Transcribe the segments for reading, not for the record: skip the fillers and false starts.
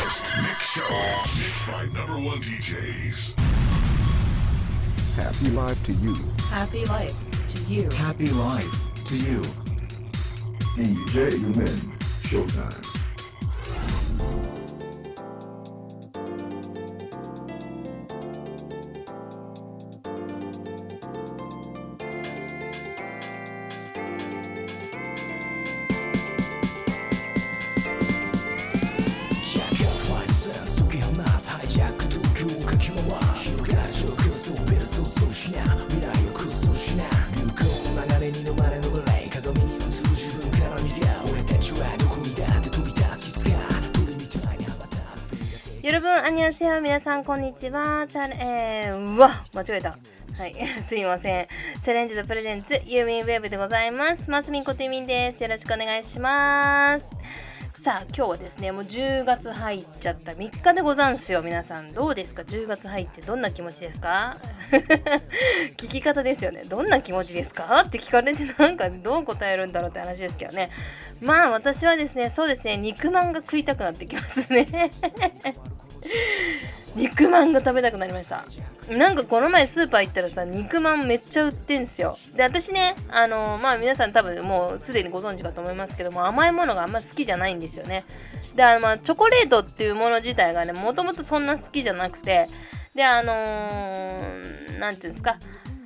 Mix Show. Mixed by number one DJs. Happy life to you. Happy life to you. Happy life to you. DJ Yumin, Showtime. 여러분 안녕하세요.皆さんこんにちは。うわ間違えた。はいすいません。チャレンジとプレゼンツユーミンウェブでございます。マスミンことユーミンです。よろしくお願いします。さあ今日はですねもう10月入っちゃった3日でござんすよ。皆さんどうですか。10月入ってどんな気持ちですか聞き方ですよね。どんな気持ちですかって聞かれてなんかどう答えるんだろうって話ですけどね。まあ私はですねそうですね肉まんが食いたくなってきますね肉まんが食べたくなりました。なんかこの前スーパー行ったらさ肉まんめっちゃ売ってんすよ。で私ねまあ皆さん多分もうすでにご存知かと思いますけども甘いものがあんま好きじゃないんですよね。でまあチョコレートっていうもの自体がねもともとそんな好きじゃなくてでなんていうんですか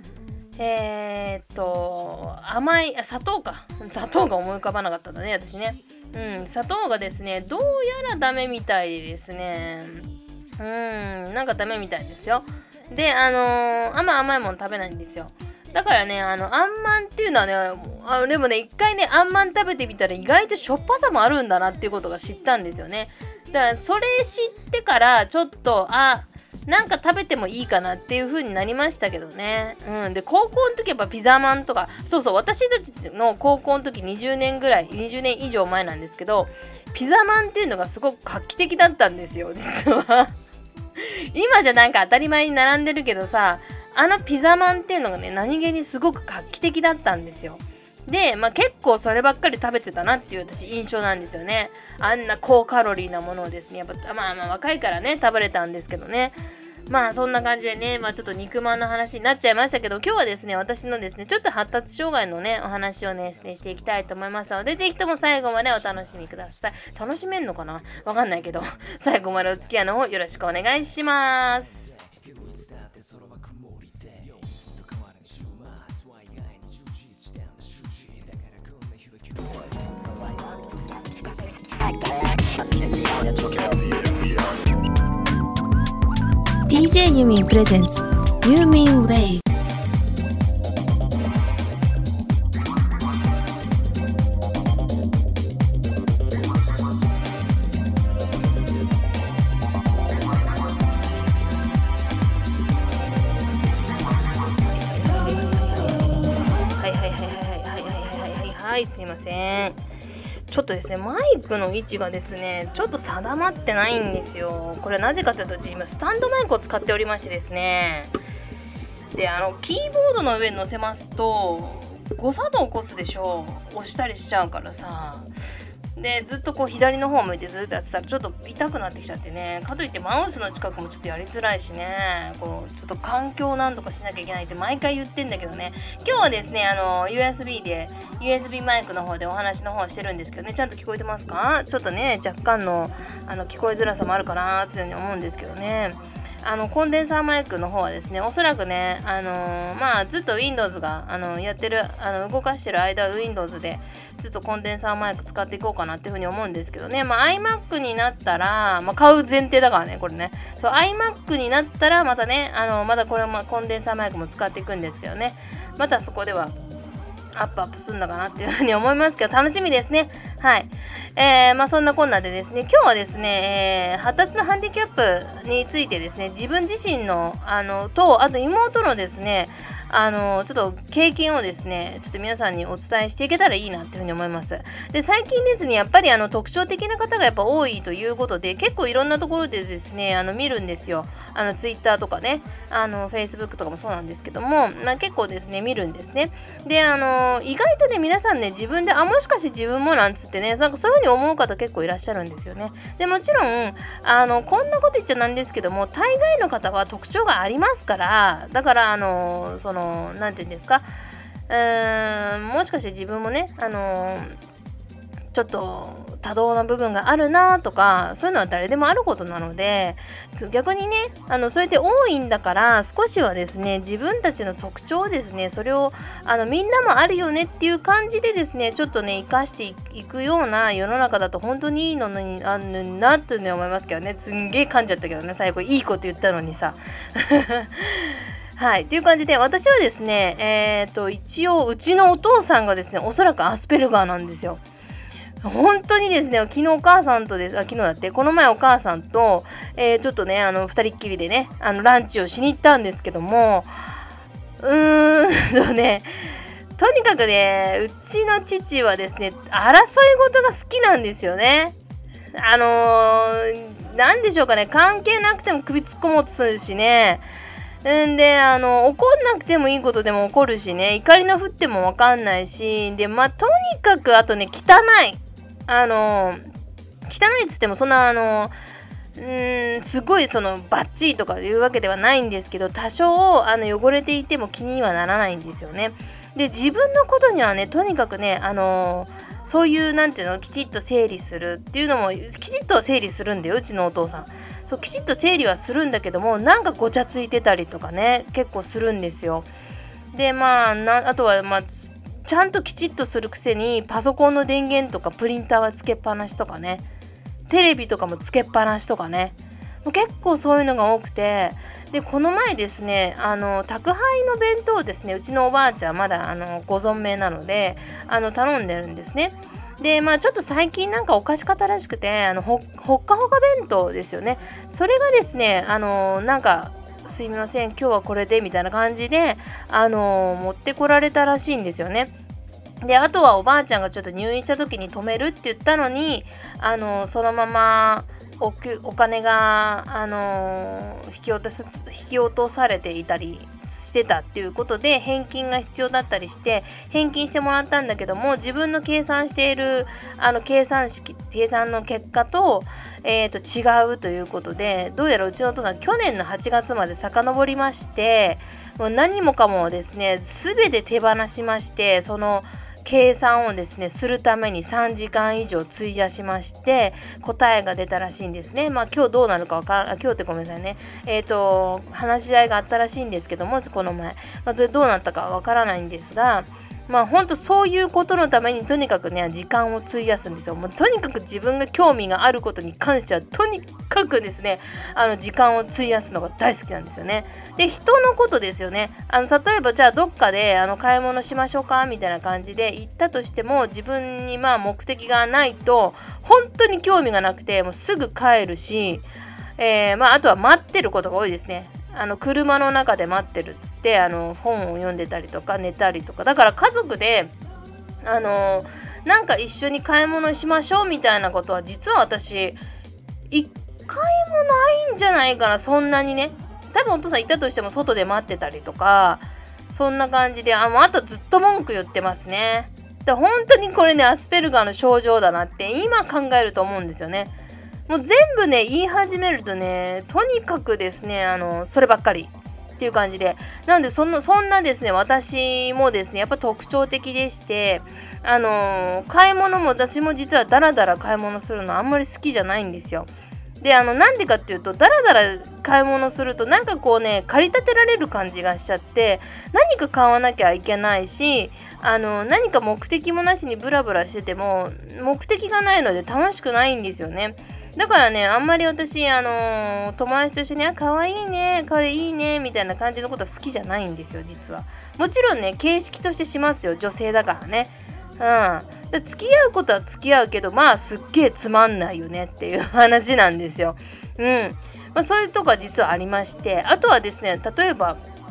甘い砂糖が思い浮かばなかったんだね私ね。砂糖がですねどうやらダメみたいですね。なんかダメみたいですよ。であんま甘いもの食べないんですよ。だからねあんまんっていうのはねでもね一回ねあんまん食べてみたら意外としょっぱさもあるんだなっていうことが知ったんですよね。だからそれ知ってからちょっとなんか食べてもいいかなっていう風になりましたけどね。で高校の時やっぱピザマンとかそう私たちの高校の時20年以上前なんですけどピザマンっていうのがすごく画期的だったんですよ実は今じゃなんか当たり前に並んでるけどさピザマンっていうのがね何気にすごく画期的だったんですよ。で結構そればっかり食べてたなっていう私印象なんですよね。あんな高カロリーなものをですねやっぱまあ若いからね食べれたんですけどね。そんな感じでねちょっと肉まんの話になっちゃいましたけど今日はですね私のですねちょっと発達障害のねお話をねしていきたいと思いますのでぜひとも最後までお楽しみください。楽しめんのかなわかんないけど最後までお付き合いの方よろしくお願いします。 DJ ユーミンプレゼンツユーミンウェイ。 はいすいません。ちょっとですねマイクの位置がですねちょっと定まってないんですよ。これなぜかというと今スタンドマイクを使っておりましてですねでキーボードの上に乗せますと誤作動を起こすでしょ。押したりしちゃうからさでずっとこう左の方を向いてずっとやってたらちょっと痛くなってきちゃってねかといってマウスの近くもちょっとやりづらいしねこうちょっと環境なんとかしなきゃいけないって毎回言ってんだけどね今日はですねUSB マイクの方でお話の方してるんですけどねちゃんと聞こえてますか。ちょっとね若干の聞こえづらさもあるかなっていうふうに思うんですけどねコンデンサーマイクの方はですねおそらくねずっと Windows がやってる動かしてる間は Windows でずっとコンデンサーマイク使っていこうかなっていうふうに思うんですけどねiMac になったら買う前提だからねこれねiMac になったらまたねまだこれもコンデンサーマイクも使っていくんですけどねまたそこではアップするのかなっていうふうに思いますけど楽しみですね。はいそんなこんなでですね今日はですね、発達のハンディキャップについてですね自分自身のとあと妹のですねちょっと経験をですねちょっと皆さんにお伝えしていけたらいいなっていうふうに思います。で最近ですねやっぱり特徴的な方がやっぱ多いということで結構いろんなところでですね見るんですよ。ツイッターとかねフェイスブックとかもそうなんですけども、結構ですね見るんですね。で意外とね皆さんね自分でもしかして自分もなんつってねなんかそういうふうに思う方結構いらっしゃるんですよね。でもちろんこんなこと言っちゃなんですけども大概の方は特徴がありますから、だからなんて言うんですか、もしかして自分もねちょっと多動な部分があるなとかそういうのは誰でもあることなので、逆にねそうやって多いんだから少しはですね自分たちの特徴をですねそれをみんなもあるよねっていう感じでですねちょっとね生かしていくような世の中だと本当にいいのになってね思いますけどね。すんげえ噛んじゃったけどね最後いいこと言ったのにさはいという感じで私はですね一応うちのお父さんがですねおそらくアスペルガーなんですよ。本当にですね昨日お母さんと昨日だってこの前お母さんと、ちょっとね二人っきりでねランチをしに行ったんですけどもねとにかくねうちの父はですね争い事が好きなんですよね。なんでしょうかね関係なくても首突っ込もうとするしね。で怒んなくてもいいことでも怒るしね怒りの降っても分かんないしでとにかくあとね汚い汚いっつってもそんなすごいバッチリとかいうわけではないんですけど多少汚れていても気にはならないんですよね。で自分のことにはねとにかくねそういうなんていうのきちっと整理するっていうのもきちっと整理するんだようちのお父さん。そうきちっと整理はするんだけどもなんかごちゃついてたりとかね結構するんですよ。であとはちゃんときちっとするくせにパソコンの電源とかプリンターはつけっぱなしとかねテレビとかもつけっぱなしとかねもう結構そういうのが多くてでこの前ですね宅配の弁当をですねうちのおばあちゃんまだご存命なので頼んでるんですね。でちょっと最近なんかおかしかったらしくてほっかほか弁当ですよね。それがですねなんかすいません今日はこれでみたいな感じで持ってこられたらしいんですよね。であとはおばあちゃんがちょっと入院した時に止めるって言ったのにそのままお金が引き落とされていたりしてたっていうことで返金が必要だったりして返金してもらったんだけども自分の計算している計算の結果と、違うということでどうやらうちのお父さん去年の8月まで遡りましてもう何もかもですね全て手放しましてその計算をですねするために3時間以上費やしまして答えが出たらしいんですね。今日どうなるかわからない今日ってごめんなさいね話し合いがあったらしいんですけどもこの前、どうなったかわからないんですが本当そういうことのためにとにかくね時間を費やすんですよ。もうとにかく自分が興味があることに関してはとにかくですね時間を費やすのが大好きなんですよね。で人のことですよね。例えばじゃあどっかで買い物しましょうかみたいな感じで行ったとしても自分に目的がないと本当に興味がなくてもうすぐ帰るし、あとは待ってることが多いですね。車の中で待ってるっつって本を読んでたりとか寝たりとかだから家族でなんか一緒に買い物しましょうみたいなことは実は私一回もないんじゃないかな。そんなにね多分お父さんいたとしても外で待ってたりとかそんな感じであとずっと文句言ってますね。で本当にこれねアスペルガーの症状だなって今考えると思うんですよね。もう全部ね言い始めるとねとにかくですねそればっかりっていう感じでなんでそんなですね私もですねやっぱ特徴的でして買い物も私も実はダラダラ買い物するのあんまり好きじゃないんですよ。でなんでかっていうとダラダラ買い物するとなんかこうね駆り立てられる感じがしちゃって何か買わなきゃいけないし何か目的もなしにブラブラしてても目的がないので楽しくないんですよね。だからねあんまり私友達と一緒にかわいいねこれいいねみたいな感じのことは好きじゃないんですよ実は。もちろんね形式としてしますよ女性だからね。で付き合うことは付き合うけどすっげえつまんないよねっていう話なんですよ。そういうとこは実はありましてあとはですね例えば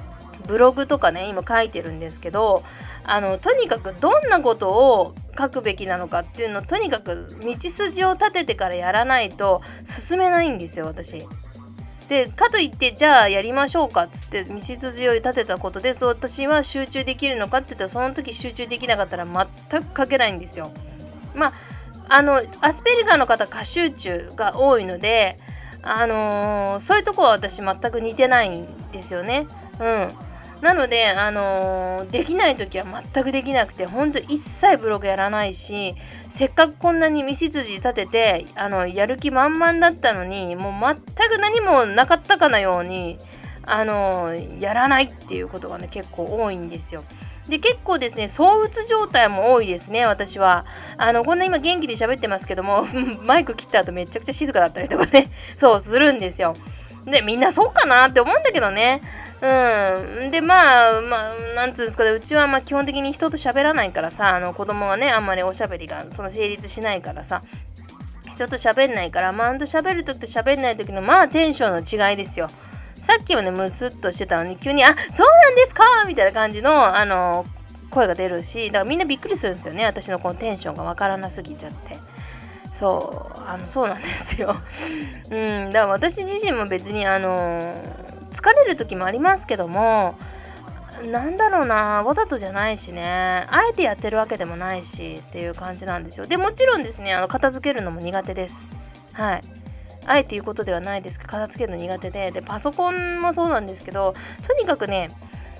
ブログとかね今書いてるんですけど、とにかくどんなことを書くべきなのかっていうのをとにかく道筋を立ててからやらないと進めないんですよ私。でかといってじゃあやりましょうかっつって道筋を立てたことで私は集中できるのかって言ったらその時集中できなかったら全く書けないんですよ。アスペルガーの方過集中が多いのでそういうとこは私全く似てないんですよね。なのでできない時は全くできなくて本当一切ブログやらないし、せっかくこんなに道筋立ててやる気満々だったのにもう全く何もなかったかのようにやらないっていうことがね結構多いんですよ。で結構ですね躁うつ状態も多いですね私は。こんな今元気で喋ってますけどもマイク切った後めちゃくちゃ静かだったりとかねそうするんですよ。でみんなそうかなって思うんだけどね。でなんつうんですかね、うちは基本的に人と喋らないからさ、子供はねあんまりおしゃべりがその成立しないからさ、人と喋んないからほんと喋る時と喋んない時のテンションの違いですよ。さっきはねムスッとしてたのに急にそうなんですかみたいな感じの声が出るし、だからみんなびっくりするんですよね、私のこのテンションがわからなすぎちゃって。そうなんですよ。だから私自身も別に疲れる時もありますけども、なんだろうな、わざとじゃないしね、あえてやってるわけでもないしっていう感じなんですよ。でもちろんですね片付けるのも苦手です。はい、あえて言うことではないですけど片付けるの苦手でパソコンもそうなんですけど、とにかくね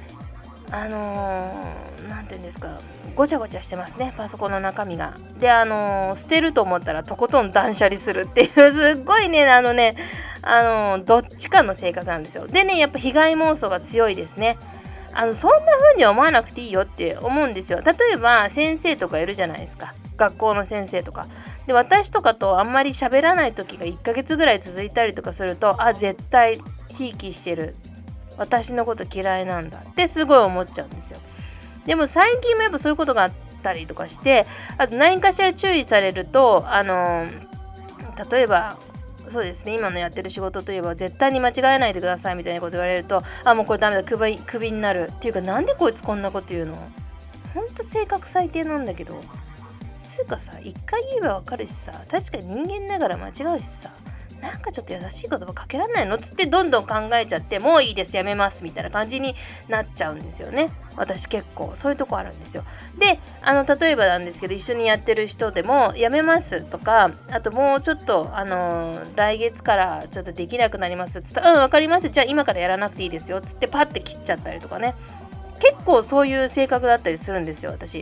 なんていうんですか、ごちゃごちゃしてますねパソコンの中身が。で捨てると思ったらとことん断捨離するっていうすっごいねどっちかの性格なんですよ。でねやっぱ被害妄想が強いですね。そんな風に思わなくていいよって思うんですよ。例えば先生とかいるじゃないですか、学校の先生とかで、私とかとあんまり喋らない時が1ヶ月ぐらい続いたりとかすると、絶対ひいきしてる、私のこと嫌いなんだってすごい思っちゃうんですよ。でも最近もやっぱそういうことがあったりとかして、あと何かしら注意されると例えばそうですね、今のやってる仕事といえば絶対に間違えないでくださいみたいなこと言われると、もうこれダメだ、クビになるっていうか、なんでこいつこんなこと言うの、ほんと性格最低なんだけど、つうかさ一回言えばわかるしさ、確かに人間ながら間違うしさ、なんかちょっと優しい言葉かけらんないのつってどんどん考えちゃって、もういいですやめますみたいな感じになっちゃうんですよね。私結構そういうとこあるんですよ。で例えばなんですけど、一緒にやってる人でもやめますとか、あともうちょっと来月からちょっとできなくなりますっつったら、わかります、じゃあ今からやらなくていいですよつってパッて切っちゃったりとかね、結構そういう性格だったりするんですよ私。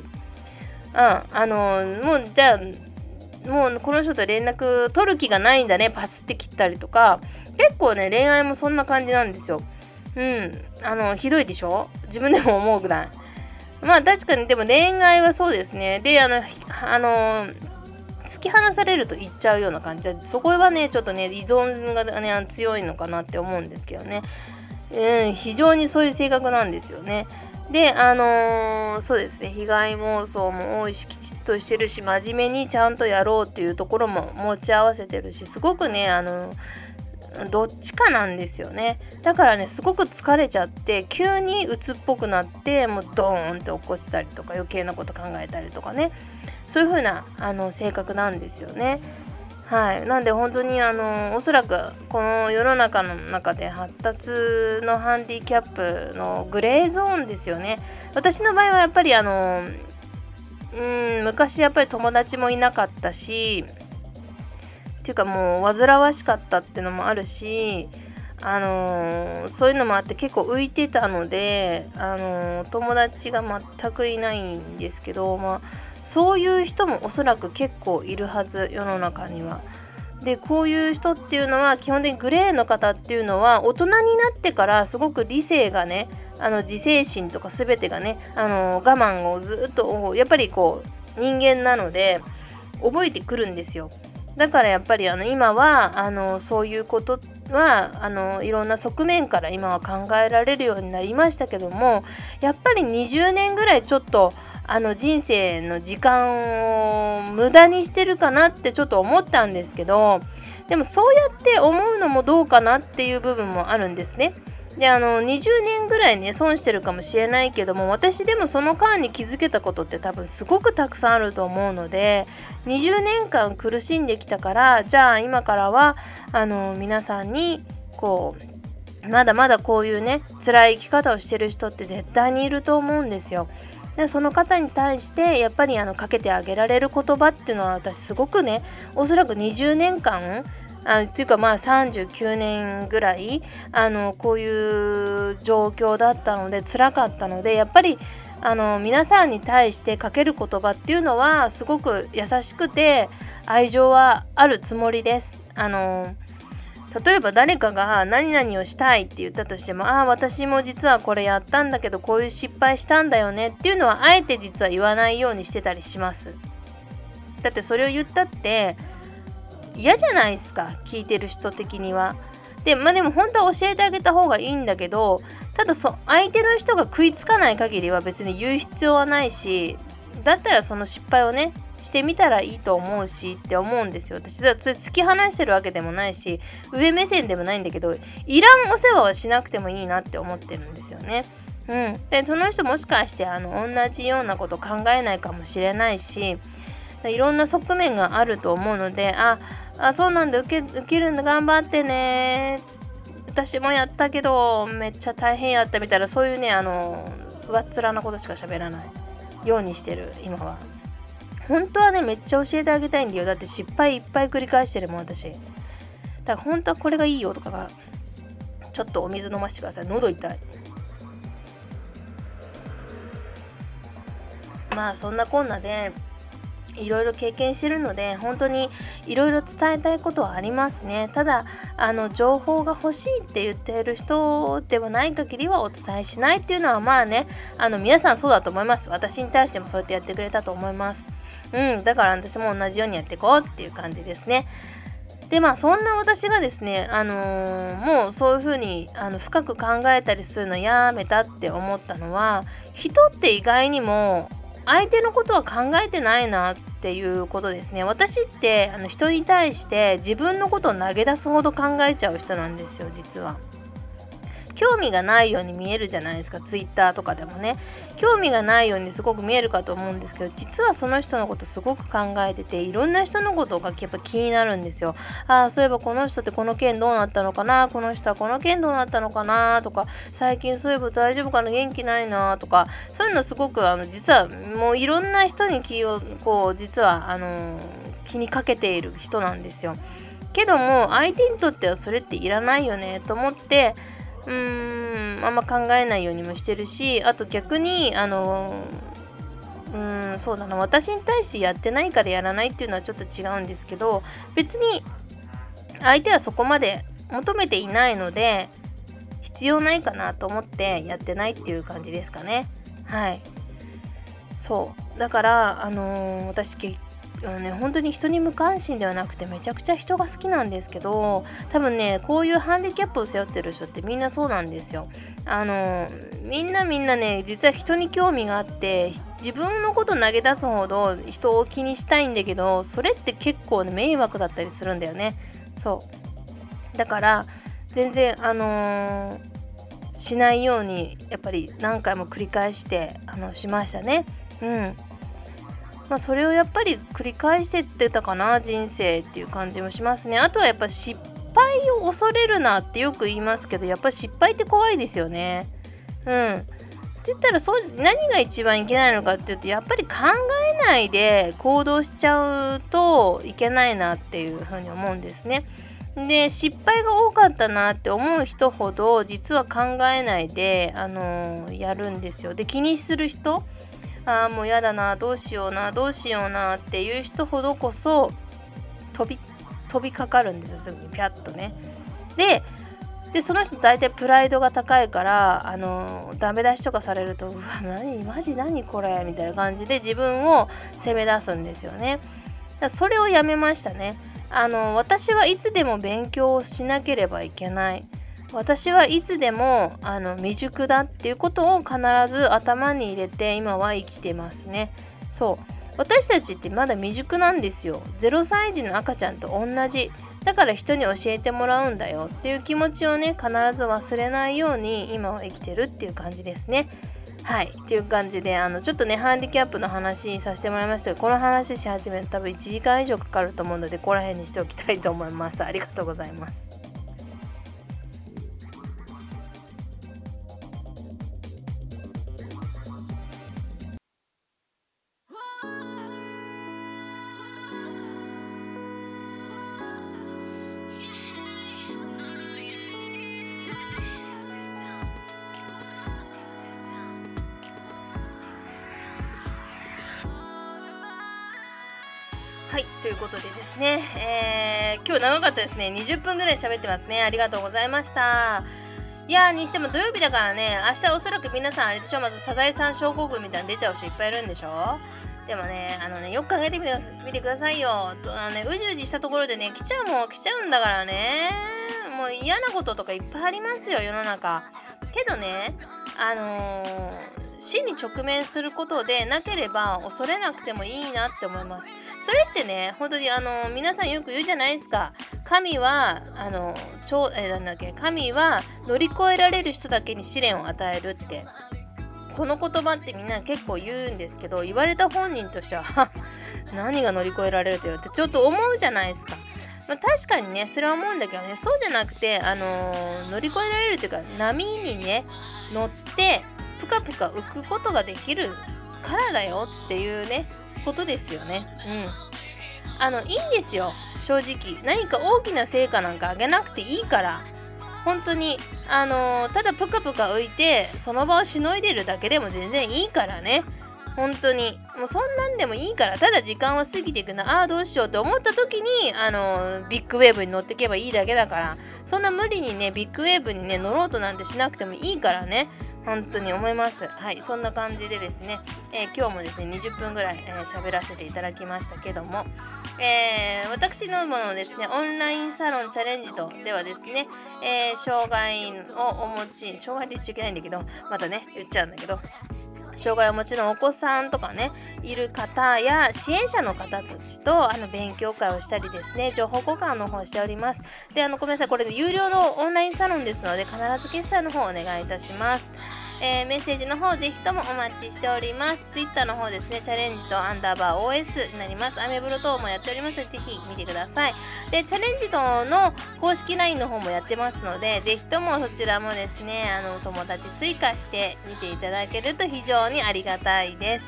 もうじゃあもうこの人と連絡取る気がないんだね、パスって切ったりとか、結構ね恋愛もそんな感じなんですよ。ひどいでしょ、自分でも思うぐらい。確かにでも恋愛はそうですね。で突き放されると言っちゃうような感じで、そこはねちょっとね依存がね強いのかなって思うんですけどね。非常にそういう性格なんですよね。でそうですね、被害妄想も多いし、きちっとしてるし、真面目にちゃんとやろうっていうところも持ち合わせてるし、すごくねどっちかなんですよね。だからねすごく疲れちゃって急に鬱っぽくなって、もうドーンって落っこちたりとか余計なこと考えたりとかね、そういう風な性格なんですよね。はい、なんで本当におそらくこの世の中の中で発達のハンディキャップのグレーゾーンですよね。私の場合はやっぱり昔やっぱり友達もいなかったし、っていうかもう煩わしかったっていうのもあるし、そういうのもあって結構浮いてたので友達が全くいないんですけど、そういう人もおそらく結構いるはず、世の中には。でこういう人っていうのは基本的にグレーの方っていうのは大人になってからすごく理性がね自制心とか全てがね我慢をずっとやっぱりこう人間なので覚えてくるんですよ。だからやっぱり今はそういうことはいろんな側面から今は考えられるようになりましたけども、やっぱり20年ぐらいちょっと人生の時間を無駄にしてるかなってちょっと思ったんですけど、でもそうやって思うのもどうかなっていう部分もあるんですね。 で20年ぐらいね損してるかもしれないけども、私でもその間に気づけたことって多分すごくたくさんあると思うので、20年間苦しんできたから、じゃあ今からは皆さんにこうまだまだこういうね辛い生き方をしてる人って絶対にいると思うんですよ。でその方に対してやっぱりかけてあげられる言葉っていうのは、私すごくね、おそらく20年間っていうか39年ぐらいこういう状況だったので辛かったので、やっぱり皆さんに対してかける言葉っていうのはすごく優しくて愛情はあるつもりです。例えば誰かが何々をしたいって言ったとしても、私も実はこれやったんだけどこういう失敗したんだよねっていうのはあえて実は言わないようにしてたりします。だってそれを言ったって嫌じゃないですか、聞いてる人的には。でも本当は教えてあげた方がいいんだけど、ただ相手の人が食いつかない限りは別に言う必要はないし、だったらその失敗をねしてみたらいいと思うしって思うんですよ。私だそれ突き放してるわけでもないし上目線でもないんだけど、いらんお世話はしなくてもいいなって思ってるんですよね。でその人もしかして同じようなこと考えないかもしれないし、いろんな側面があると思うので、そうなんだ、受けるんだ、頑張ってね、私もやったけどめっちゃ大変やったみたいな、そういうね上っ面なことしか喋らないようにしてる今は。本当はねめっちゃ教えてあげたいんだよ。だって失敗いっぱい繰り返してるもん私。だから本当はこれがいいよとかが、ちょっとお水飲ませてください、喉痛い。そんなこんなでいろいろ経験してるので、本当にいろいろ伝えたいことはありますね。ただ情報が欲しいって言っている人ではない限りはお伝えしないっていうのは皆さんそうだと思います。私に対してもそうやってやってくれたと思います。だから私も同じようにやっていこうっていう感じですね。でそんな私がですねもうそういう風に深く考えたりするのやめたって思ったのは、人って意外にも相手のことは考えてないなっていうことですね。私って人に対して自分のことを投げ出すほど考えちゃう人なんですよ、実は。興味がないように見えるじゃないですか、ツイッターとかでもね。興味がないようにすごく見えるかと思うんですけど、実はその人のことすごく考えてて、いろんな人のことがやっぱ気になるんですよ。そういえばこの人ってこの件どうなったのかな、この人はこの件どうなったのかなとか、最近そういえば大丈夫かな、元気ないなとか、そういうのすごく実はもういろんな人に気を実は気にかけている人なんですよ。けども相手にとってはそれっていらないよねと思って、あんま考えないようにもしてるし、あと逆にそうだな、私に対してやってないからやらないっていうのはちょっと違うんですけど、別に相手はそこまで求めていないので必要ないかなと思ってやってないっていう感じですかね。そうだから私本当に人に無関心ではなくてめちゃくちゃ人が好きなんですけど、多分ねこういうハンディキャップを背負ってる人ってみんなそうなんですよ。みんなね実は人に興味があって自分のこと投げ出すほど人を気にしたいんだけど、それって結構ね迷惑だったりするんだよね。そうだから全然しないようにやっぱり何回も繰り返してしましたね。それをやっぱり繰り返してってたかな、人生っていう感じもしますね。あとはやっぱ失敗を恐れるなってよく言いますけど、やっぱ失敗って怖いですよね。って言ったら何が一番いけないのかっていうと、やっぱり考えないで行動しちゃうといけないなっていうふうに思うんですね。で失敗が多かったなって思う人ほど実は考えないでやるんですよ。で気にする人、もうやだな、どうしようなっていう人ほどこそ飛びかかるんですよ、すぐにピャッとね。でその人大体プライドが高いからダメ出しとかされると、うわマジ何これみたいな感じで自分を責め出すんですよね。それをやめましたね。私はいつでも勉強をしなければいけない、私はいつでも未熟だっていうことを必ず頭に入れて今は生きてますね。そう私たちってまだ未熟なんですよ。0歳児の赤ちゃんと同じ。 だから人に教えてもらうんだよっていう気持ちをね、必ず忘れないように今は生きてるっていう感じですね。はい、っていう感じでちょっとねハンディキャップの話させてもらいましたが、この話し始めると多分1時間以上かかると思うので、ここら辺にしておきたいと思います。ありがとうございます。はい、ということでですね、今日長かったですね。20分ぐらい喋ってますね。ありがとうございました。いやー、にしても土曜日だからね、明日おそらく皆さんあれでしょ、またサザエさん症候群みたいに出ちゃう人いっぱいいるんでしょ。でもね、よく考えてみてくださいよ。うじうじしたところでね、来ちゃうんだからね。もう嫌なこととかいっぱいありますよ、世の中。けどね、死に直面することでなければ恐れなくてもいいなって思います。それってね、本当に皆さんよく言うじゃないですか。神は神は乗り越えられる人だけに試練を与えるって、この言葉ってみんな結構言うんですけど、言われた本人としては何が乗り越えられるとよってちょっと思うじゃないですか。確かにね、それは思うんだけどね、そうじゃなくて乗り越えられるというか、波にね乗ってぷかぷか浮くことができるからだよっていうねことですよね。いいんですよ、正直。何か大きな成果なんかあげなくていいから、本当にただぷかぷか浮いてその場をしのいでるだけでも全然いいからね。本当にもうそんなんでもいいから、ただ時間は過ぎていくな、どうしようと思った時にビッグウェーブに乗っていけばいいだけだから、そんな無理にねビッグウェーブにね乗ろうとなんてしなくてもいいからね、本当に思います。はい、そんな感じでですね、今日もですね20分ぐらい喋らせていただきましたけども、私のものですねオンラインサロンチャレンジとではですね、障害をお持ち、障害って言っちゃいけないんだけど、またね言っちゃうんだけど、障害をお持ちのお子さんとかねいる方や支援者の方たちと勉強会をしたりですね、情報交換の方をしております。でごめんなさい、これで有料のオンラインサロンですので必ず決済の方をお願いいたします。メッセージの方ぜひともお待ちしております。ツイッターの方ですね、チャレンジと_OS になります。アメブロ等もやっておりますのでぜひ見てください。でチャレンジとの公式 LINE の方もやってますので、ぜひともそちらもですね友達追加して見ていただけると非常にありがたいです。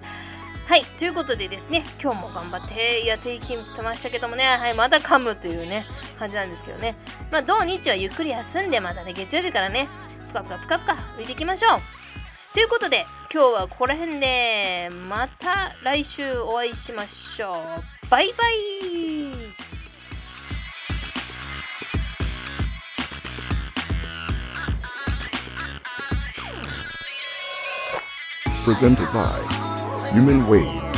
はい、ということでですね、今日も頑張ってやっていきましたけどもね、はい、まだ噛むというね感じなんですけどね、土日はゆっくり休んで、またね月曜日からねぷかぷか浮いていきましょうということで、今日はここら辺でまた来週お会いしましょう。バイバイ。 Presented by Human Wave.